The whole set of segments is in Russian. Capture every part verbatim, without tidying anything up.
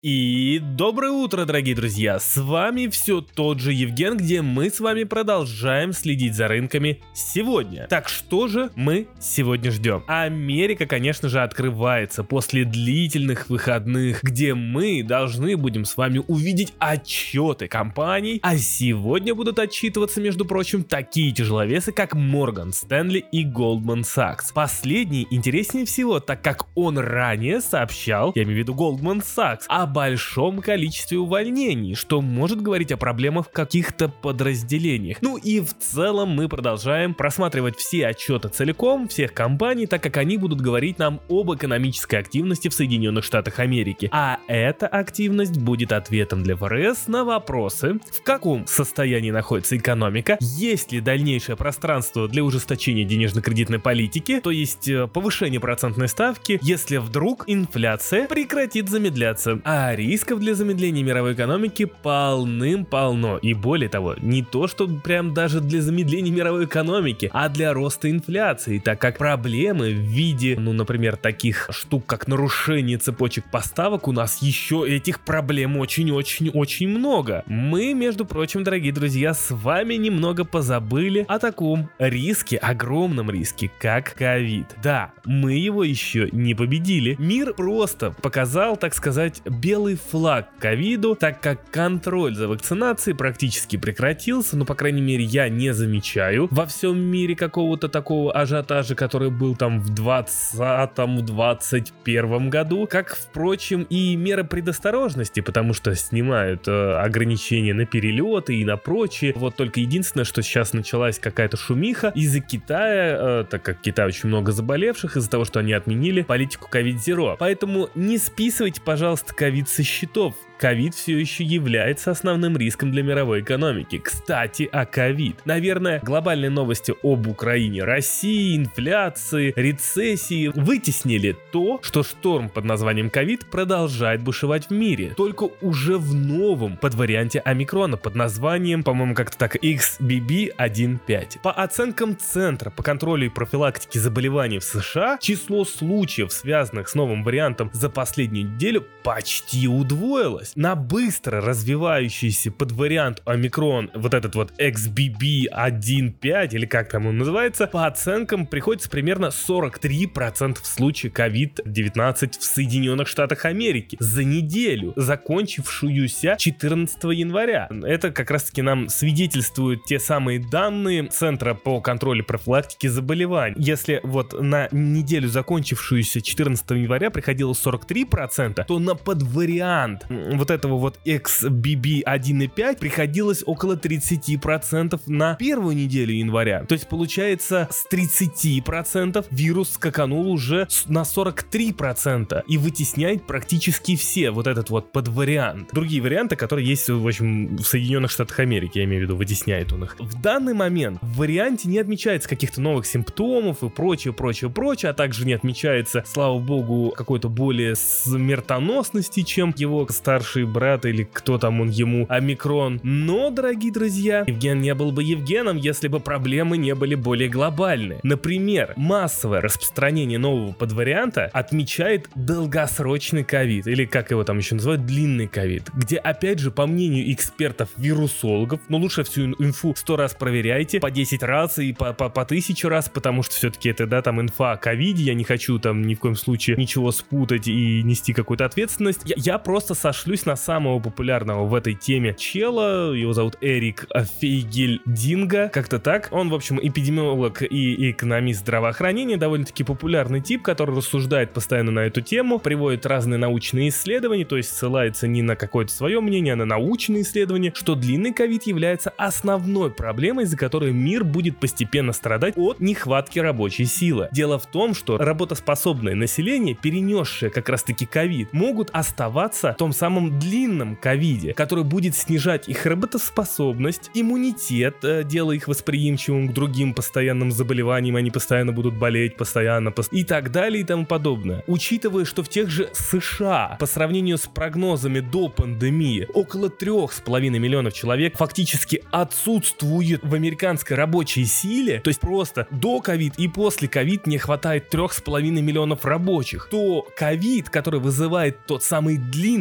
И доброе утро, дорогие друзья, с вами все тот же Евген, где мы с вами продолжаем следить за рынками сегодня. Так что же мы сегодня ждем? Америка, конечно же, открывается после длительных выходных, где мы должны будем с вами увидеть отчеты компаний, а сегодня будут отчитываться, между прочим, такие тяжеловесы, как Morgan Stanley и Goldman Sachs. Последний интереснее всего, так как он ранее сообщал, я имею в виду Goldman Sachs, о большом количестве увольнений, что может говорить о проблемах в каких-то подразделениях. Ну и в целом мы продолжаем просматривать все отчеты целиком, всех компаний, так как они будут говорить нам об экономической активности в Соединенных Штатах Америки. А эта активность будет ответом для ФРС на вопросы, в каком состоянии находится экономика, есть ли дальнейшее пространство для ужесточения денежно-кредитной политики, то есть повышение процентной ставки, если вдруг инфляция прекратит замедляться. А А рисков для замедления мировой экономики полным-полно. И более того, не то что прям даже для замедления мировой экономики, а для роста инфляции, так как проблемы в виде, ну, например, таких штук, как нарушение цепочек поставок, у нас еще этих проблем очень-очень-очень много. Мы, между прочим, дорогие друзья, с вами немного позабыли о таком риске, огромном риске, как ковид. Да, мы его еще не победили. Мир просто показал, так сказать, белый флаг ковиду, так как контроль за вакцинацией практически прекратился, но, по крайней мере, я не замечаю во всем мире какого-то такого ажиотажа, который был там в двадцатом, двадцать первом году, как, впрочем, и меры предосторожности, потому что снимают э, ограничения на перелеты и на прочее. Вот только единственное, что сейчас началась какая-то шумиха из-за Китая, э, так как в Китае очень много заболевших, из-за того, что они отменили политику ковид-зеро. Поэтому не списывайте, пожалуйста, ковид со счетов. Ковид все еще является основным риском для мировой экономики. Кстати, о ковид. Наверное, глобальные новости об Украине, России, инфляции, рецессии вытеснили то, что шторм под названием ковид продолжает бушевать в мире. Только уже в новом подварианте омикрона под названием, по-моему, как-то так, икс би би один пять. По оценкам Центра по контролю и профилактике заболеваний в США, число случаев, связанных с новым вариантом за последнюю неделю, почти удвоилось. На быстро развивающийся подвариант омикрон, вот этот вот икс би би один пять, или как там он называется, по оценкам приходится примерно сорок три процента в случае ковид девятнадцать в Соединенных Штатах Америки за неделю, закончившуюся четырнадцатого января. Это как раз таки нам свидетельствуют те самые данные Центра по контролю и профилактике заболеваний. Если вот на неделю, закончившуюся четырнадцатого января, приходилось сорок три процента, то на подвариант вот этого вот икс би би один пять приходилось около тридцать процентов на первую неделю января. То есть получается, с тридцати процентов вирус скаканул уже на сорок три процента и вытесняет практически все вот этот вот подвариант. Другие варианты, которые есть, в общем, в Соединенных Штатах Америки, я имею в виду, вытесняет он их. В данный момент в варианте не отмечается каких-то новых симптомов и прочее, прочее, прочее, а также не отмечается, слава богу, какой-то более смертоносности, чем его старший брат или кто там он ему, омикрон. Но, дорогие друзья, Евген не был бы Евгеном, если бы проблемы не были более глобальны. Например, массовое распространение нового подварианта отмечает долгосрочный ковид, или как его там еще называют, длинный ковид, где, опять же, по мнению экспертов-вирусологов, но лучше всю инфу сто раз проверяйте, по десять раз и по, по, по тысячу раз, потому что все-таки это, да, там инфа о ковиде, я не хочу там ни в коем случае ничего спутать и нести какую-то ответственность. Я, я просто сошлюсь на самого популярного в этой теме чела, его зовут Эрик Фейгельдинга, как-то так. Он, в общем, эпидемиолог и экономист здравоохранения, довольно-таки популярный тип, который рассуждает постоянно на эту тему, приводит разные научные исследования, то есть ссылается не на какое-то свое мнение, а на научные исследования, что длинный ковид является основной проблемой, из-за которой мир будет постепенно страдать от нехватки рабочей силы. Дело в том, что работоспособное население, перенесшее как раз-таки ковид, могут оставаться в том самом длинном ковиде, который будет снижать их работоспособность, иммунитет, делая их восприимчивым к другим постоянным заболеваниям, они постоянно будут болеть, постоянно, пост... и так далее и тому подобное. Учитывая, что в тех же США, по сравнению с прогнозами до пандемии, около трех с половиной миллионов человек фактически отсутствует в американской рабочей силе, то есть просто до ковид и после ковид не хватает трех с половиной миллионов рабочих, то ковид, который вызывает тот самый длинный ковид,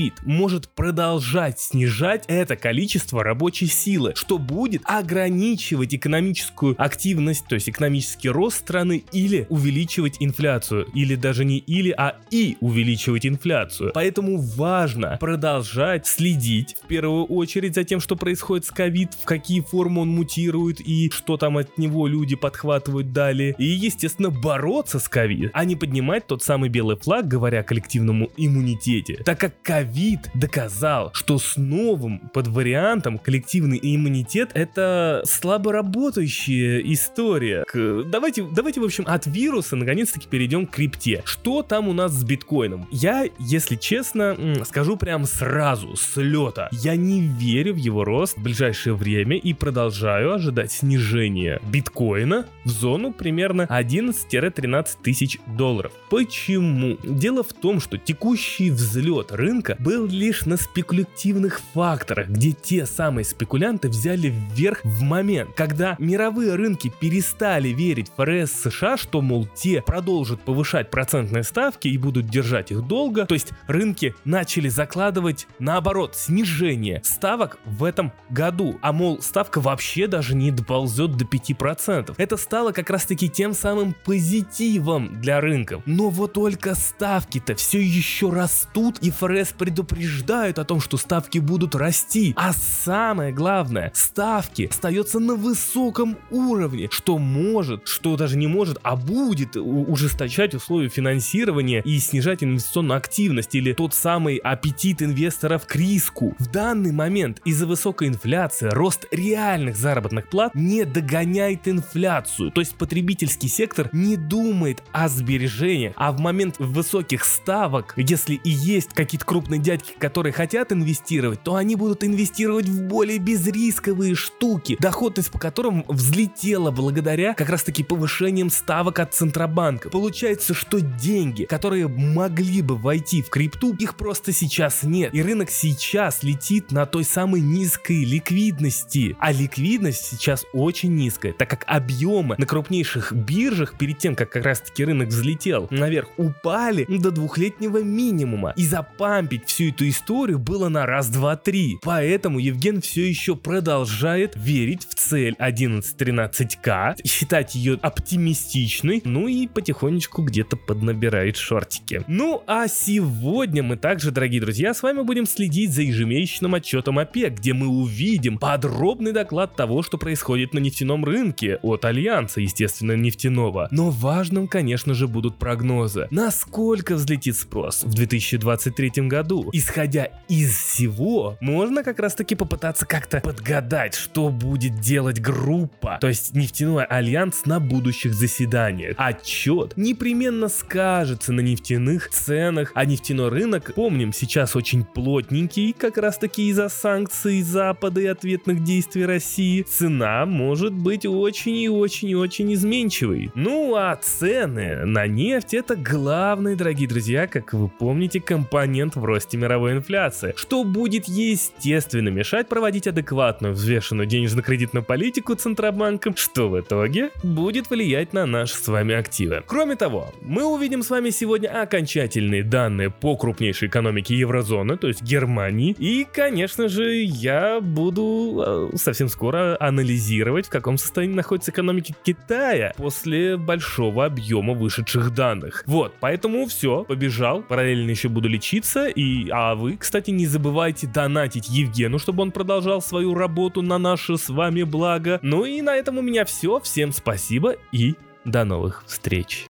ковид может продолжать снижать это количество рабочей силы, что будет ограничивать экономическую активность, то есть экономический рост страны, или увеличивать инфляцию, или даже не или, а и увеличивать инфляцию. Поэтому важно продолжать следить в первую очередь за тем, что происходит с ковид, в какие формы он мутирует и что там от него люди подхватывают далее. И, естественно, бороться с ковид, а не поднимать тот самый белый флаг, говоря о коллективном иммунитете. Так как ковид доказал, что с новым подвариантом коллективный иммунитет — это слабо работающая история. К... Давайте, давайте, в общем, от вируса наконец-таки перейдем к крипте. Что там у нас с биткоином? Я, если честно, скажу прям сразу, с лета. Я не верю в его рост в ближайшее время и продолжаю ожидать снижения биткоина в зону примерно одиннадцать-тринадцать тысяч долларов. Почему? Дело в том, что текущий взлет рынка был лишь на спекулятивных факторах, где те самые спекулянты взяли вверх в момент, когда мировые рынки перестали верить в ФРС США, что, мол, те продолжат повышать процентные ставки и будут держать их долго, то есть рынки начали закладывать, наоборот, снижение ставок в этом году, а, мол, ставка вообще даже не доползет до пяти процентов. Это стало как раз-таки тем самым позитивом для рынков. Но вот только ставки-то все еще растут, и ФРС предупреждают о том, что ставки будут расти. А самое главное, ставки остаются на высоком уровне, что может, что даже не может, а будет ужесточать условия финансирования и снижать инвестиционную активность или тот самый аппетит инвесторов к риску. В данный момент из-за высокой инфляции рост реальных заработных плат не догоняет инфляцию, то есть потребительский сектор не думает о сбережениях, а в момент высоких ставок, если и есть какие-то крупные дядьки, которые хотят инвестировать, то они будут инвестировать в более безрисковые штуки, доходность по которым взлетела благодаря как раз таки повышением ставок от Центробанка. Получается, что деньги, которые могли бы войти в крипту, их просто сейчас нет, и рынок сейчас летит на той самой низкой ликвидности, а ликвидность сейчас очень низкая, так как объемы на крупнейших биржах перед тем, как как раз таки рынок взлетел наверх, упали до двухлетнего минимума, и запампить всю эту историю было на раз, два, три. Поэтому Евген все еще продолжает верить в цель одиннадцать-тринадцать ка, считать ее оптимистичной, ну и потихонечку где-то поднабирает шортики. Ну а сегодня мы также, дорогие друзья, с вами будем следить за ежемесячным отчетом ОПЕК, где мы увидим подробный доклад того, что происходит на нефтяном рынке от Альянса, естественно, нефтяного. Но важным, конечно же, будут прогнозы. Насколько взлетит спрос в две тысячи двадцать третьем году? Исходя из всего, можно как раз таки попытаться как-то подгадать, что будет делать группа, то есть нефтяной альянс, на будущих заседаниях. Отчет непременно скажется на нефтяных ценах, а нефтяной рынок, помним, сейчас очень плотненький, как раз таки из-за санкций Запада и ответных действий России. Цена может быть очень и очень и очень изменчивой. Ну а цены на нефть — это главный, дорогие друзья, как вы помните, компонент в росте мировой инфляции, что будет естественно мешать проводить адекватную взвешенную денежно-кредитную политику Центробанком, что в итоге будет влиять на наши с вами активы. Кроме того, мы увидим с вами сегодня окончательные данные по крупнейшей экономике еврозоны, то есть Германии, и, конечно же, я буду совсем скоро анализировать, в каком состоянии находится экономика Китая после большого объема вышедших данных. Вот, поэтому все, побежал, параллельно еще буду лечиться, и, а вы, кстати, не забывайте донатить Евгену, чтобы он продолжал свою работу на наше с вами благо. Ну и на этом у меня все, всем спасибо и до новых встреч.